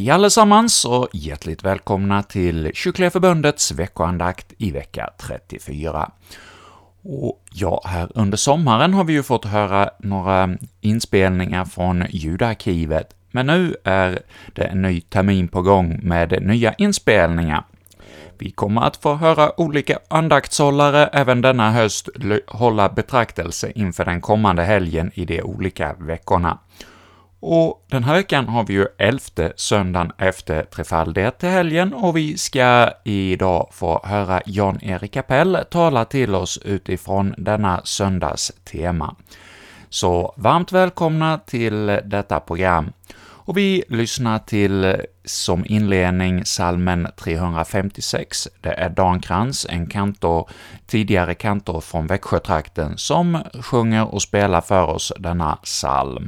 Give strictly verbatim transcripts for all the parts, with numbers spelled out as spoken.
Hej allesammans och hjärtligt välkomna till Kyrkliga Förbundets veckoandakt i vecka trettiofyra. Och ja, här under sommaren har vi ju fått höra några inspelningar från ljudarkivet, men nu är det en ny termin på gång med nya inspelningar. Vi kommer att få höra olika andaktshållare även denna höst hålla betraktelse inför den kommande helgen i de olika veckorna. Och den här veckan har vi ju elfte söndagen efter trefaldighet till helgen, och vi ska idag få höra Jan-Erik Kapell tala till oss utifrån denna söndags tema. Så varmt välkomna till detta program. Och vi lyssnar till som inledning psalmen trehundrafemtiosex. Det är Dan Krantz, en kantor, tidigare kantor från Växjötrakten, som sjunger och spelar för oss denna psalm.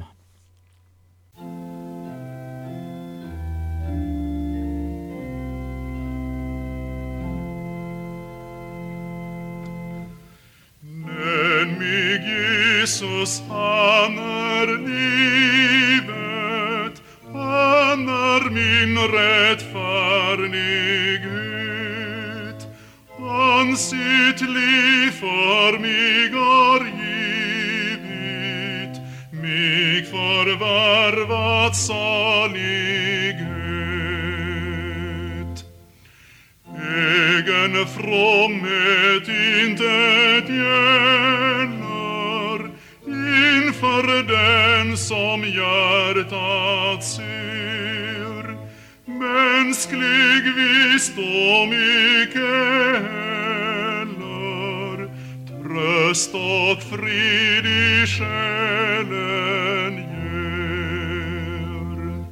Jesus, han är livet, han är min rättfärdighet. Han sitt liv för mig har givit, mig förvärvat salighet. Egen fromhet intet gäller inför den som hjärtat ser. Mänsklig visdom icke heller, tröst och frid i själen ger.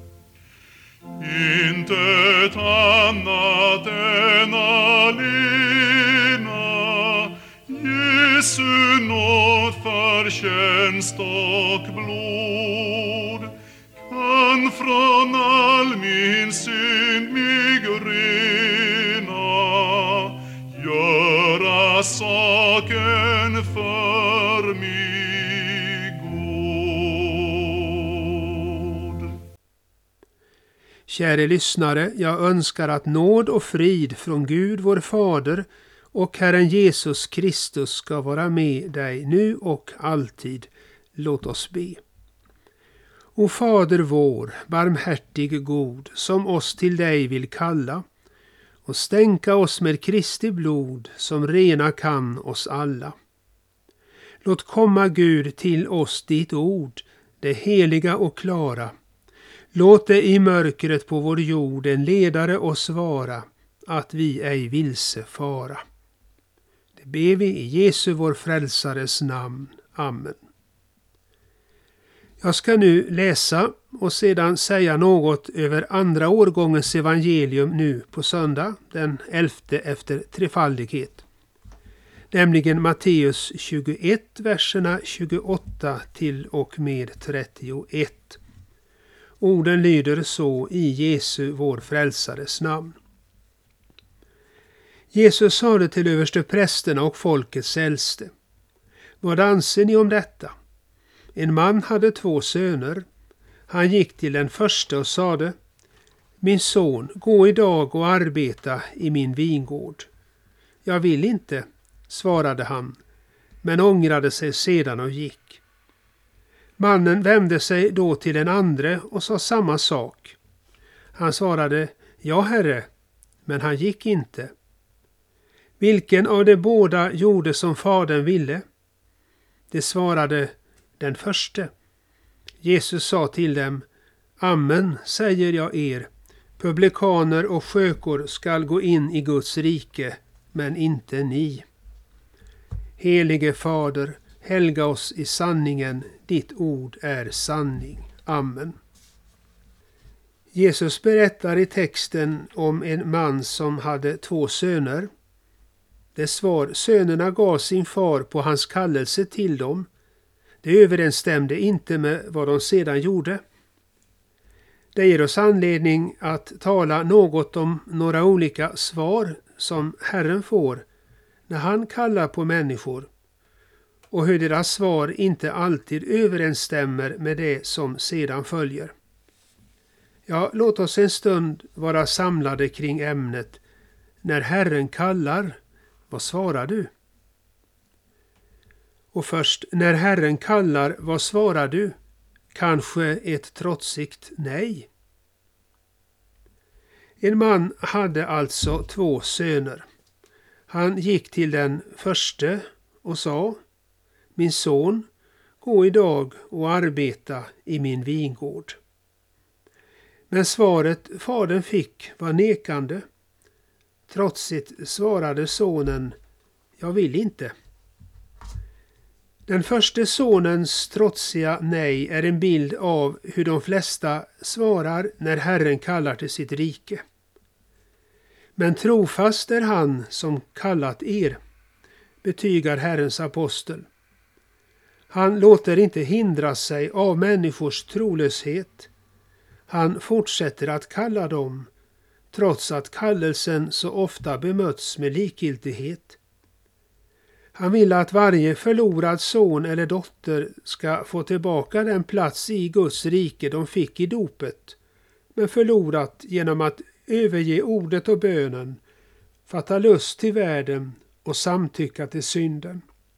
Intet annat än alena Jesu nåd, förtjänst och blod kan från all min synd mig rena, göra saken för mig god. Kära lyssnare, jag önskar att nåd och frid från Gud vår Fader och Herren Jesus Kristus ska vara med dig nu och alltid. Låt oss be. O Fader vår, barmhärtig god, som oss till dig vill kalla och stänka oss med Kristi blod som rena kan oss alla. Låt komma Gud till oss ditt ord, det heliga och klara. Låt det i mörkret på vår jord en ledare oss vara, att vi ej vilse fara. Det ber vi i Jesu vår frälsares namn. Amen. Jag ska nu läsa och sedan säga något över andra årgångens evangelium nu på söndag, den elfte efter trefaldighet. Nämligen Matteus tjugoett, verserna tjugoåtta till och med trettioett. Orden lyder så i Jesu vår frälsares namn. Jesus sade till översteprästerna och folkets äldste: Vad anser ni om detta? En man hade två söner. Han gick till den första och sade: Min son, gå idag och arbeta i min vingård. Jag vill inte, svarade han, men ångrade sig sedan och gick. Mannen vände sig då till den andre och sa samma sak. Han svarade: Ja, herre, men han gick inte. Vilken av de båda gjorde som fadern ville? Det svarade: Den förste. Jesus sa till dem: Amen, säger jag er, publikaner och skökor skall gå in i Guds rike, men inte ni. Helige Fader, helga oss i sanningen, ditt ord är sanning. Amen. Jesus berättar i texten om en man som hade två söner. Det svar sönerna gav sin far på hans kallelse till dem, det överensstämde inte med vad de sedan gjorde. Det ger oss anledning att tala något om några olika svar som Herren får när han kallar på människor, och hur deras svar inte alltid överensstämmer med det som sedan följer. Ja, låt oss en stund vara samlade kring ämnet. När Herren kallar, vad svarar du? Och först, när Herren kallar, vad svarar du? Kanske ett trotsigt nej. En man hade alltså två söner. Han gick till den förste och sa: Min son, gå idag och arbeta i min vingård. Men svaret fadern fick var nekande. Trotsigt svarade sonen: Jag vill inte. Den första sonens trotsiga nej är en bild av hur de flesta svarar när Herren kallar till sitt rike. Men trofast är han som kallat er, betygar Herrens apostel. Han låter inte hindra sig av människors trolöshet. Han fortsätter att kalla dem, trots att kallelsen så ofta bemöts med likgiltighet. Han vill att varje förlorad son eller dotter ska få tillbaka den plats i Guds rike de fick i dopet, men förlorat genom att överge ordet och bönen, fatta lust till världen och samtycka till synden.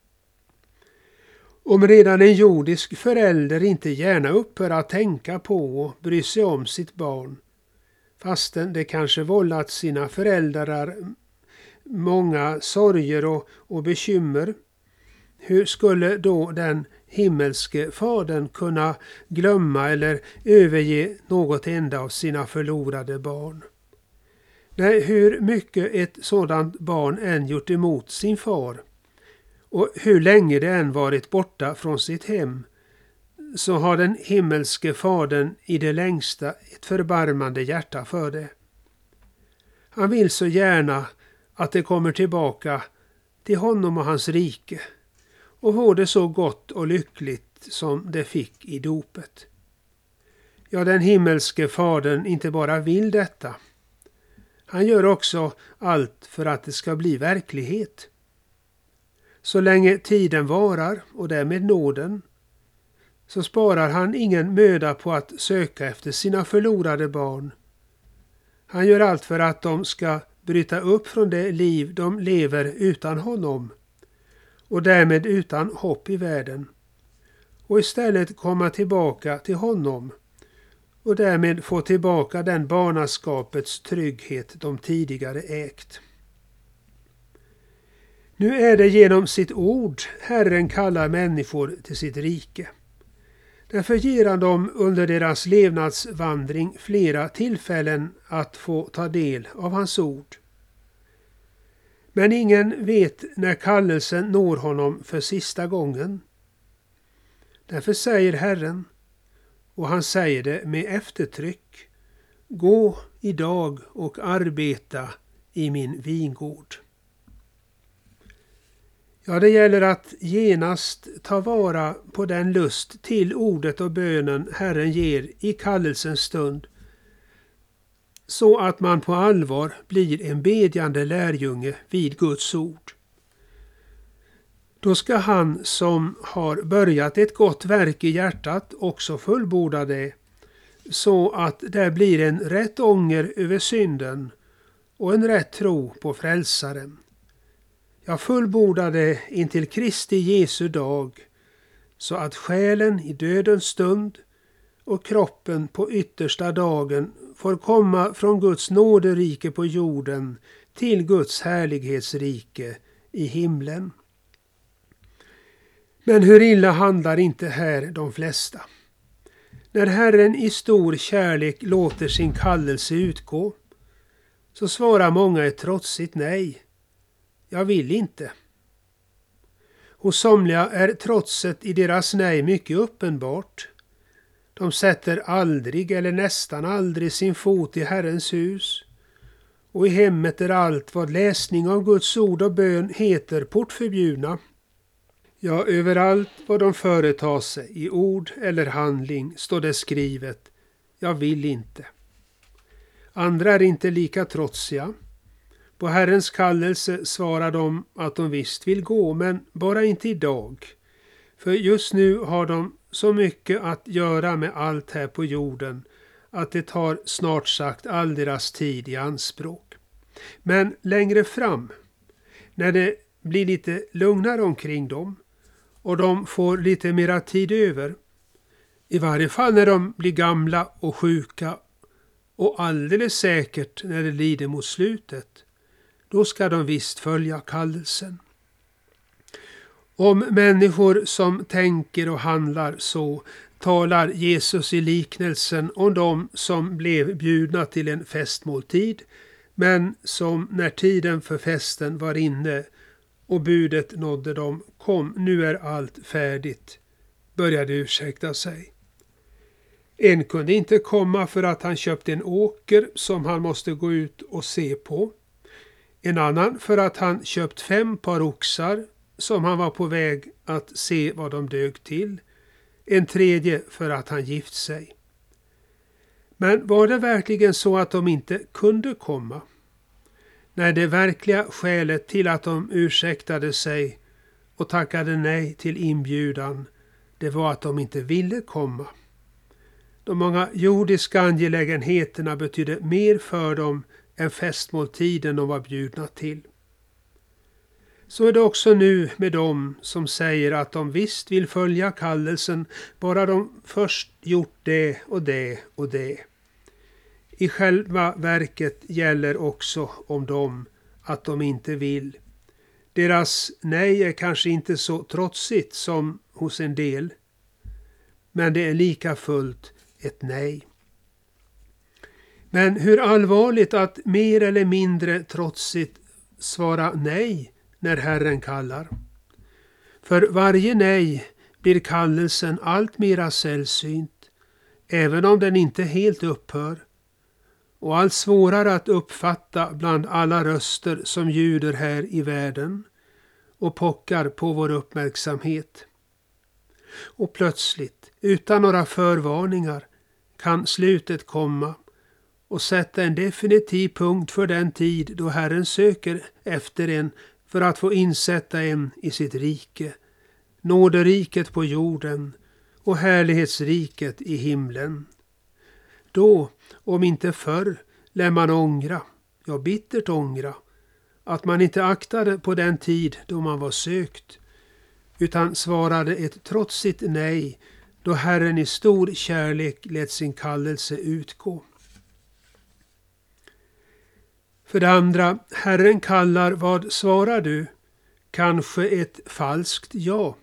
Om redan en jordisk förälder inte gärna upphör att tänka på och bry sig om sitt barn, fastän det kanske vållat sina föräldrar många sorger och, och bekymmer, hur skulle då den himmelske fadern kunna glömma eller överge något enda av sina förlorade barn? Nej, hur mycket ett sådant barn än gjort emot sin far och hur länge det än varit borta från sitt hem, så har den himmelske fadern i det längsta ett förbarmande hjärta för det. Han vill så gärna att det kommer tillbaka till honom och hans rike och får det så gott och lyckligt som det fick i dopet. Ja, den himmelske fadern inte bara vill detta. Han gör också allt för att det ska bli verklighet. Så länge tiden varar och därmed nåden, så sparar han ingen möda på att söka efter sina förlorade barn. Han gör allt för att de ska bryta upp från det liv de lever utan honom och därmed utan hopp i världen, och istället komma tillbaka till honom och därmed få tillbaka den barnaskapets trygghet de tidigare ägt. Nu är det genom sitt ord Herren kallar människor till sitt rike. Därför ger han dem under deras levnadsvandring flera tillfällen att få ta del av hans ord. Men ingen vet när kallelsen når honom för sista gången. Därför säger Herren, och han säger det med eftertryck: Gå idag och arbeta i min vingård. Ja, det gäller att genast ta vara på den lust till ordet och bönen Herren ger i kallelsens stund, så att man på allvar blir en bedjande lärjunge vid Guds ord. Då ska han som har börjat ett gott verk i hjärtat också fullborda det, så att det blir en rätt ånger över synden och en rätt tro på frälsaren. Jag fullbordade intill Kristi Jesu dag, så att själen i dödens stund och kroppen på yttersta dagen får komma från Guds nåderike på jorden till Guds härlighetsrike i himlen. Men hur illa handlar inte här de flesta? När Herren i stor kärlek låter sin kallelse utgå, så svarar många ett trotsigt nej. Jag vill inte. Hos somliga är trotset i deras nej mycket uppenbart. De sätter aldrig eller nästan aldrig sin fot i Herrens hus, och i hemmet är allt vad läsning av Guds ord och bön heter portförbjudna. Ja, överallt vad de företar sig i ord eller handling står det skrivet: jag vill inte. Andra är inte lika trotsiga. På Herrens kallelse svarar de att de visst vill gå, men bara inte idag. För just nu har de så mycket att göra med allt här på jorden att det tar snart sagt all deras tid i anspråk. Men längre fram, när det blir lite lugnare omkring dem och de får lite mera tid över, i varje fall när de blir gamla och sjuka och alldeles säkert när det lider mot slutet, då ska de visst följa kallelsen. Om människor som tänker och handlar så talar Jesus i liknelsen om de som blev bjudna till en festmåltid, men som när tiden för festen var inne och budet nådde dem, kom, nu är allt färdigt, började ursäkta sig. En kunde inte komma för att han köpte en åker som han måste gå ut och se på. En annan för att han köpt fem par oxar som han var på väg att se vad de dög till. En tredje för att han gift sig. Men var det verkligen så att de inte kunde komma? När det verkliga skälet till att de ursäktade sig och tackade nej till inbjudan, det var att de inte ville komma. De många jordiska angelägenheterna betydde mer för dem än festmåltiden de var bjudna till. Så är det också nu med dem som säger att de visst vill följa kallelsen, bara de först gjort det och det och det. I själva verket gäller också om dem att de inte vill. Deras nej är kanske inte så trotsigt som hos en del, men det är lika fullt ett nej. Men hur allvarligt att mer eller mindre trotsigt svara nej när Herren kallar. För varje nej blir kallelsen allt mera sällsynt, även om den inte helt upphör, och allt svårare att uppfatta bland alla röster som ljuder här i världen och pockar på vår uppmärksamhet. Och plötsligt, utan några förvarningar, kan slutet komma och sätta en definitiv punkt för den tid då Herren söker efter en för att få insätta en i sitt rike, nåderiket på jorden och härlighetsriket i himlen. Då, om inte förr, lär man ångra, ja bittert ångra, att man inte aktade på den tid då man var sökt, utan svarade ett trotsigt nej då Herren i stor kärlek lät sin kallelse utgå. För det andra, Herren kallar, vad svarar du? Kanske ett falskt ja.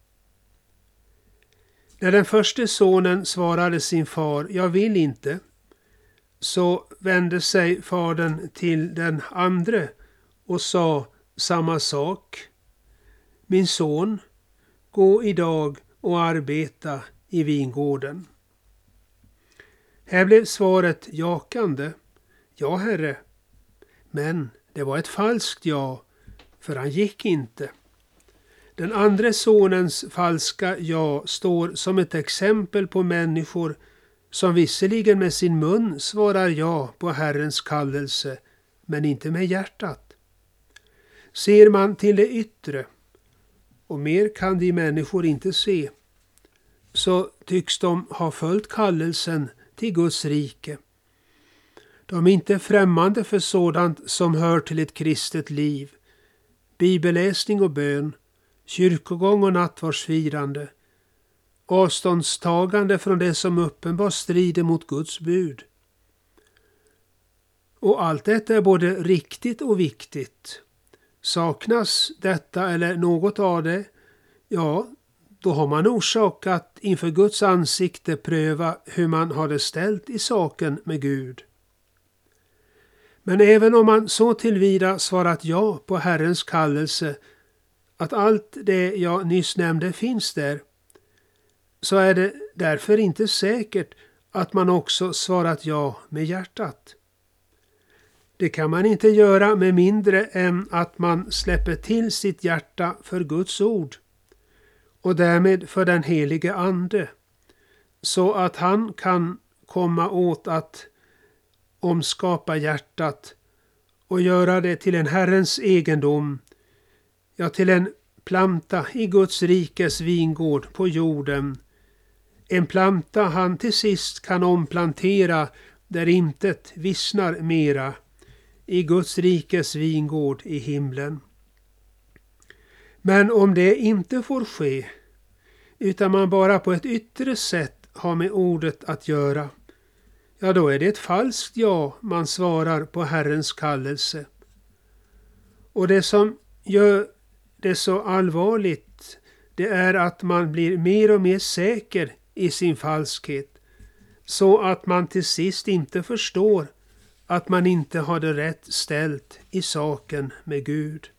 När den första sonen svarade sin far, jag vill inte, så vände sig fadern till den andre och sa samma sak. Min son, gå idag och arbeta i vingården. Här blev svaret jakande. Ja, herre. Men det var ett falskt ja, för han gick inte. Den andra sonens falska ja står som ett exempel på människor som visserligen med sin mun svarar ja på Herrens kallelse, men inte med hjärtat. Ser man till det yttre, och mer kan de människor inte se, så tycks de ha följt kallelsen till Guds rike. De är inte främmande för sådant som hör till ett kristet liv, bibelläsning och bön, kyrkogång och nattvardsfirande, avståndstagande från det som uppenbart strider mot Guds bud. Och allt detta är både riktigt och viktigt. Saknas detta eller något av det, ja, då har man orsak att inför Guds ansikte pröva hur man har det ställt i saken med Gud. Men även om man så tillvida svarat ja på Herrens kallelse, att allt det jag nyss nämnde finns där, så är det därför inte säkert att man också svarat ja med hjärtat. Det kan man inte göra med mindre än att man släpper till sitt hjärta för Guds ord och därmed för den helige ande, så att han kan komma åt att omskapa hjärtat och göra det till en Herrens egendom, ja till en planta i Guds rikes vingård på jorden, En planta han till sist kan omplantera där intet vissnar mera, i Guds rikes vingård i himlen. Men om det inte får ske, utan man bara på ett yttre sätt har med ordet att göra, ja då är det ett falskt ja man svarar på Herrens kallelse. Och det som gör det så allvarligt, det är att man blir mer och mer säker i sin falskhet, så att man till sist inte förstår att man inte hade rätt ställt i saken med Gud.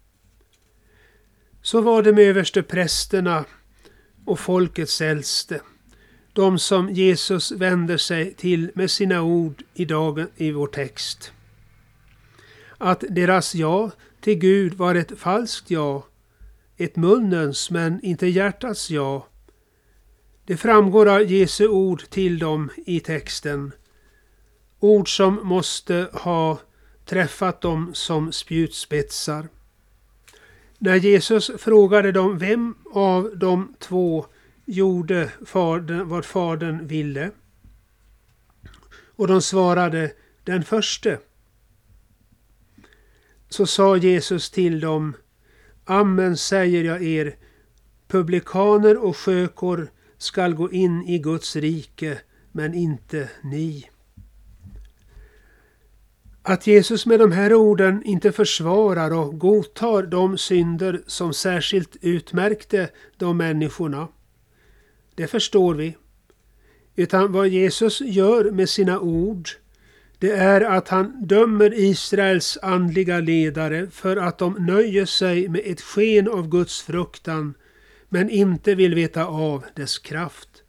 Så var det med översteprästerna och folkets äldste, de som Jesus vänder sig till med sina ord i dagen i vår text. Att deras ja till Gud var ett falskt ja, ett munnens men inte hjärtats ja. Det framgår av Jesu ord till dem i texten. Ord som måste ha träffat dem som spjutspetsar. När Jesus frågade dem vem av de två gjorde fadern, vad fadern ville, och de svarade den förste, så sa Jesus till dem: Amen säger jag er, publikaner och skökor skall gå in i Guds rike, men inte ni. Att Jesus med de här orden inte försvarar och godtar de synder som särskilt utmärkte de människorna, det förstår vi. Utan vad Jesus gör med sina ord, det är att han dömer Israels andliga ledare för att de nöjer sig med ett sken av Guds fruktan, men inte vill veta av dess kraft.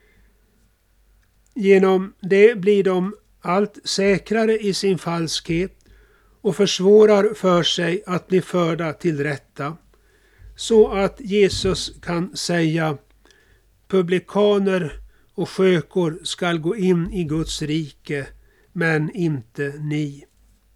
Genom det blir de allt säkrare i sin falskhet och försvårar för sig att bli förda till rätta, så att Jesus kan säga: publikaner och skökor skall gå in i Guds rike, men inte ni.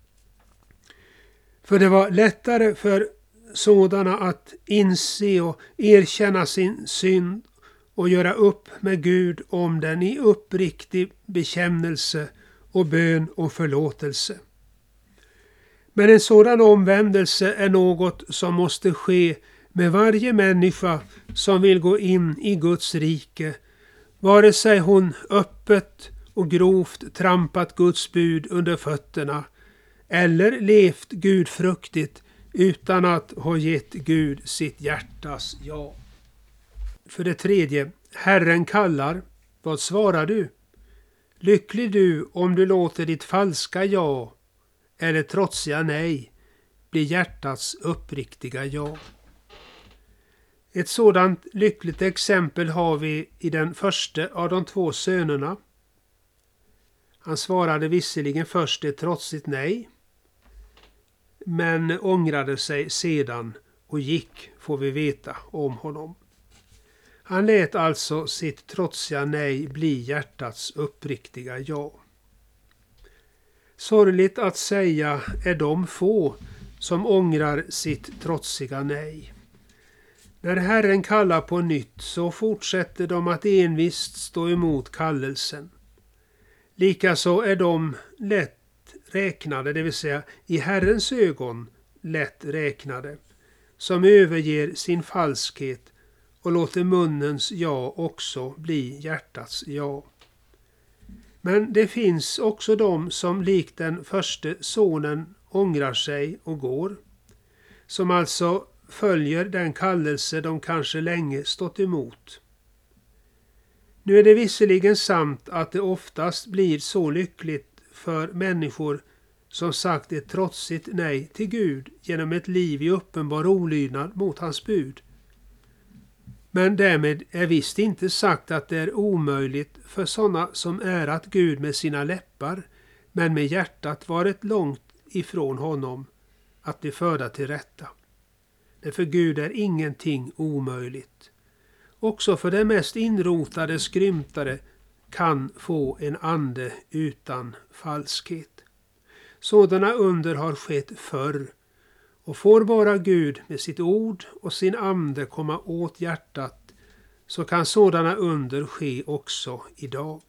För det var lättare för sådana att inse och erkänna sin synd och göra upp med Gud om den i uppriktig bekännelse och bön och förlåtelse. Men en sådan omvändelse är något som måste ske med varje människa som vill gå in i Guds rike, vare sig hon öppet och grovt trampat Guds bud under fötterna eller levt gudfruktigt utan att ha gett Gud sitt hjärtas ja. För det tredje, Herren kallar. Vad svarar du? Lycklig du om du låter ditt falska ja eller trotsiga nej bli hjärtats uppriktiga ja. Ett sådant lyckligt exempel har vi i den första av de två sönerna. Han svarade visserligen först ett trotsigt nej, men ångrade sig sedan och gick, får vi veta om honom. Han lät alltså sitt trotsiga nej bli hjärtats uppriktiga ja. Sorgligt att säga är de få som ångrar sitt trotsiga nej. När Herren kallar på nytt så fortsätter de att envist stå emot kallelsen. Likaså är de lätt räknade, det vill säga i Herrens ögon lätt räknade, som överger sin falskhet och låter munnens ja också bli hjärtats ja. Men det finns också de som likt den första sonen ångrar sig och går, som alltså följer den kallelse de kanske länge stått emot. Nu är det visserligen sant att det oftast blir så lyckligt för människor som sagt ett trotsigt nej till Gud genom ett liv i uppenbar olydnad mot hans bud. Men därmed är visst inte sagt att det är omöjligt för sådana som ärat Gud med sina läppar, men med hjärtat varit långt ifrån honom, att bli förda till rätta. För Gud är ingenting omöjligt. Också för den mest inrotade skrymtare kan få en ande utan falskhet. Sådana under har skett förr, och får bara Gud med sitt ord och sin ande komma åt hjärtat, så kan sådana under ske också idag.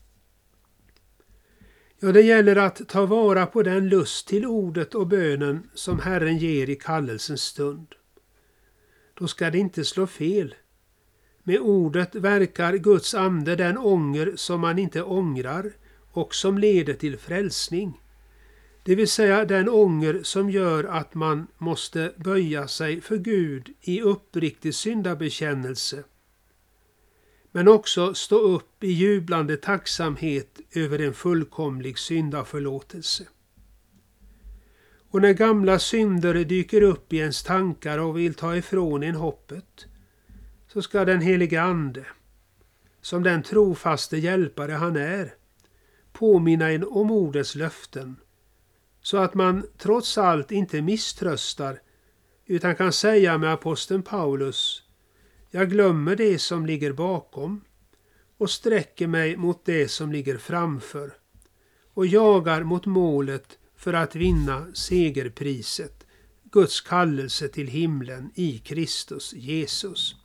Ja, det gäller att ta vara på den lust till ordet och bönen som Herren ger i kallelsens stund. Då ska det inte slå fel. Med ordet verkar Guds ande den ånger som man inte ångrar och som leder till frälsning. Det vill säga den ånger som gör att man måste böja sig för Gud i uppriktig syndabekännelse. Men också stå upp i jublande tacksamhet över en fullkomlig syndaförlåtelse. Och när gamla synder dyker upp i ens tankar och vill ta ifrån en hoppet, så ska den helige ande, som den trofaste hjälpare han är, påminna en om ordets löften, så att man trots allt inte misströstar, utan kan säga med aposteln Paulus: jag glömmer det som ligger bakom och sträcker mig mot det som ligger framför och jagar mot målet för att vinna segerpriset, Guds kallelse till himlen i Kristus Jesus.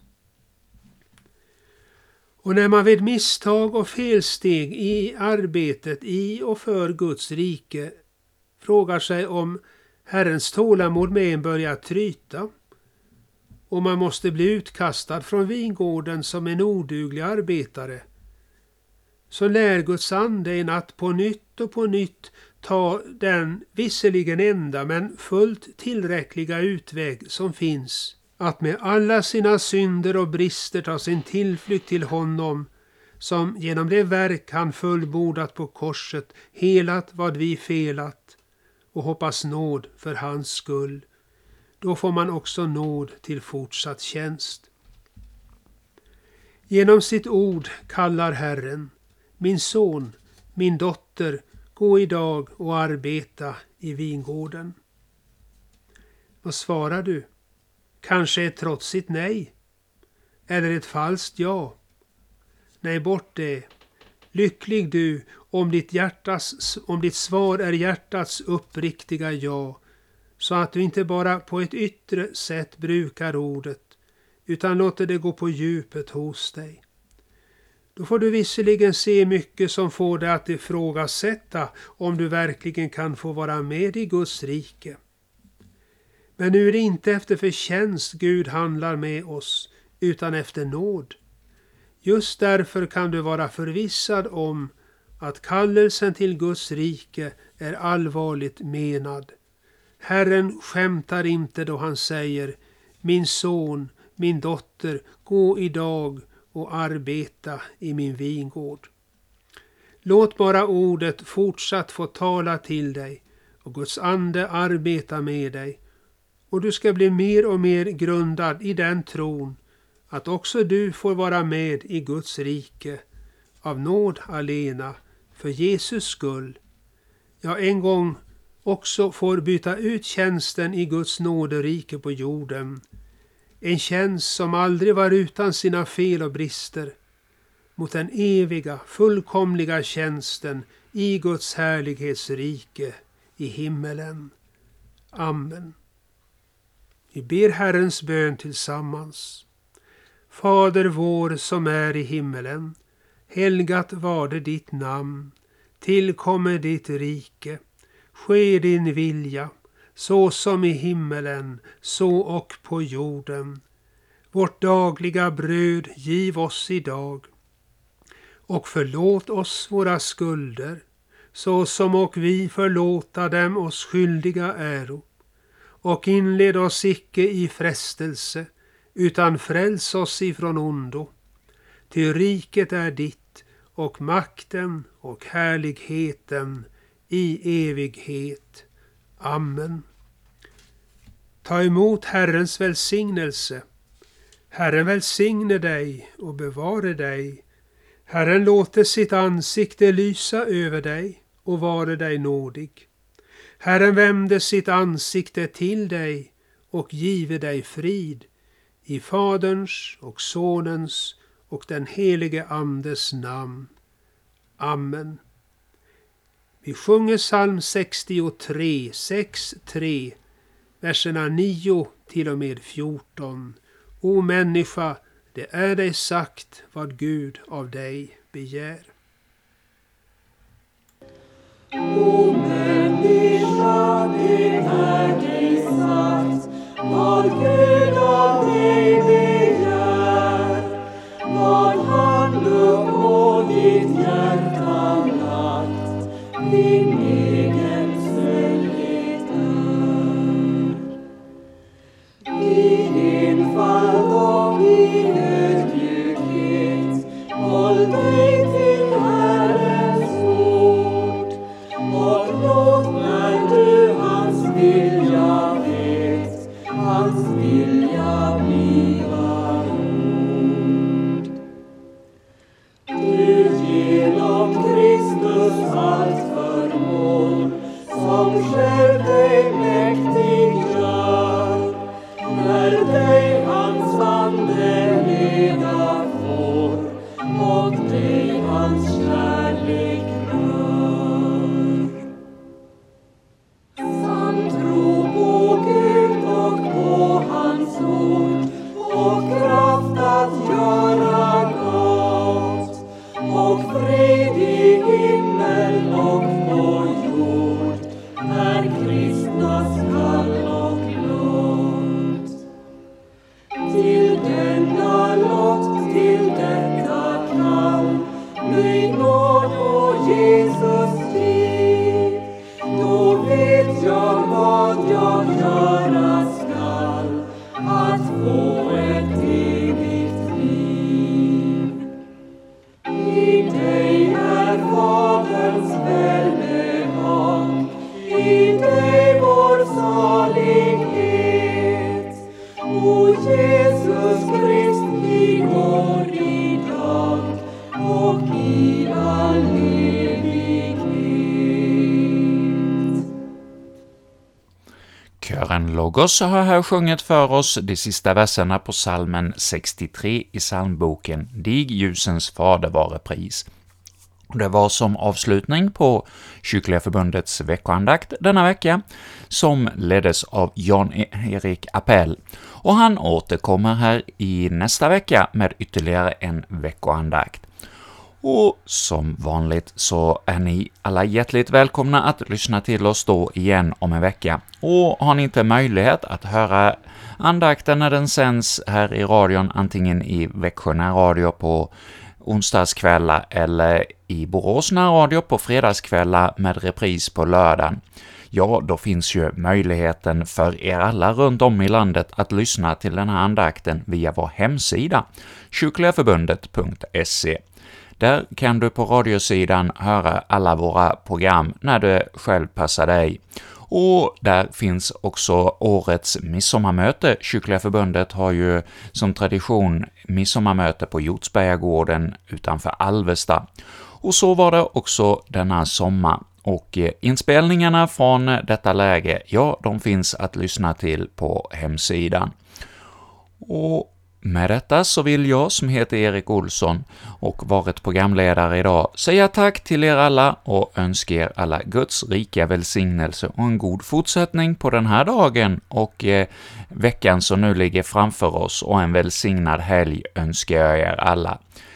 Och när man vid misstag och felsteg i arbetet i och för Guds rike frågar sig om Herrens tålamod med en börjar tryta och man måste bli utkastad från vingården som en oduglig arbetare, så lär Guds ande en att på nytt och på nytt ta den visserligen enda men fullt tillräckliga utväg som finns, att med alla sina synder och brister ta sin tillflykt till honom, som genom det verk han fullbordat på korset helat vad vi felat, och hoppas nåd för hans skull. Då får man också nåd till fortsatt tjänst. Genom sitt ord kallar Herren: min son, min dotter, gå idag och arbeta i vingården. Vad svarar du? Kanske ett trotsigt nej? Eller ett falskt ja? Nej, bort det. Lycklig du om ditt, hjärtas, om ditt svar är hjärtats uppriktiga ja, så att du inte bara på ett yttre sätt brukar ordet, utan låter det gå på djupet hos dig. Då får du visserligen se mycket som får dig att ifrågasätta om du verkligen kan få vara med i Guds rike. Men nu är det inte efter förtjänst Gud handlar med oss, utan efter nåd. Just därför kan du vara förvissad om att kallelsen till Guds rike är allvarligt menad. Herren skämtar inte då han säger: min son, min dotter, gå idag och arbeta i min vingård. Låt bara ordet fortsatt få tala till dig och Guds ande arbeta med dig, och du ska bli mer och mer grundad i den tron att också du får vara med i Guds rike av nåd alena, för Jesus skull. Ja, en gång också får byta ut tjänsten i Guds nåderike på jorden, en tjänst som aldrig var utan sina fel och brister, mot den eviga, fullkomliga tjänsten i Guds härlighetsrike i himmelen. Amen. Vi ber Herrens bön tillsammans. Fader vår som är i himmelen, helgat varde ditt namn, tillkommer ditt rike, ske din vilja, så som i himmelen, så och på jorden. Vårt dagliga bröd giv oss idag, och förlåt oss våra skulder, så som och vi förlåta dem oss skyldiga äro. Och inled oss icke i frestelse, utan fräls oss ifrån ondo. Ty riket är ditt, och makten och härligheten i evighet. Amen. Ta emot Herrens välsignelse. Herren välsigne dig och bevare dig. Herren låter sitt ansikte lysa över dig och vare dig nådig. Herren vände sitt ansikte till dig och give dig frid, i Faderns och Sonens och den helige Andes namn. Amen. Vi sjunger psalm sextiotre, sex tre, verserna nio till och med fjorton. O människa, Det är dig sagt vad Gud av dig begär. O människa, det är dig sagt vad Gud av dig begär, vad han på ditt hjärta lagt, din egen skönhet är. I enfald och i ödmjukhet, håll dig till Herrens ord, och låt när du hans vilja vet, hans vilja bliva gjord. Du genom Kristus allt förmår, som själv dig mäktig gör, när dig hans ande leda får, och dig hans kärlek rör. Sann tro på Gud och på hans ord, och kraft att göra gott, och fred i himmel och på jord, är kristnas kall och lott. Till denna lott, till detta kall, bli nåd och Jesus ge. Då vet jag vad jag göra skall, att få ett evigt liv. I dig är Faderns välbehag, i dig vår salighet. O Jesus Krist, i går, idag och i all evighet. Kören Logos har här sjungit för oss de sista verserna på psalmen sextiotre i psalmboken Dig ljusens fader vare pris. Det var som avslutning på Kyrkliga förbundets veckoandakt denna vecka, som leddes av Jan-Erik Appel, och han återkommer här i nästa vecka med ytterligare en veckoandakt. Och som vanligt så är ni alla hjärtligt välkomna att lyssna till oss då igen om en vecka. Och har ni inte möjlighet att höra andakten när den sänds här i radion, antingen i Växjö närradio på onsdagskvällar eller i Borås närradio på fredagskvällar med repris på lördagen, ja, då finns ju möjligheten för er alla runt om i landet att lyssna till den här andakten via vår hemsida, kyrkligaförbundet punkt se. Där kan du på radiosidan höra alla våra program när det själv passar dig. Och där finns också årets midsommarmöte. Kyrkliga förbundet har ju som tradition midsommarmöte på Hjortsbergagården utanför Alvesta. Och så var det också denna sommar. Och inspelningarna från detta läge, ja, de finns att lyssna till på hemsidan. Och med detta så vill jag, som heter Erik Olsson och varit programledare idag, säga tack till er alla och önska er alla Guds rika välsignelse och en god fortsättning på den här dagen och eh, veckan som nu ligger framför oss, och en välsignad helg önskar jag er alla.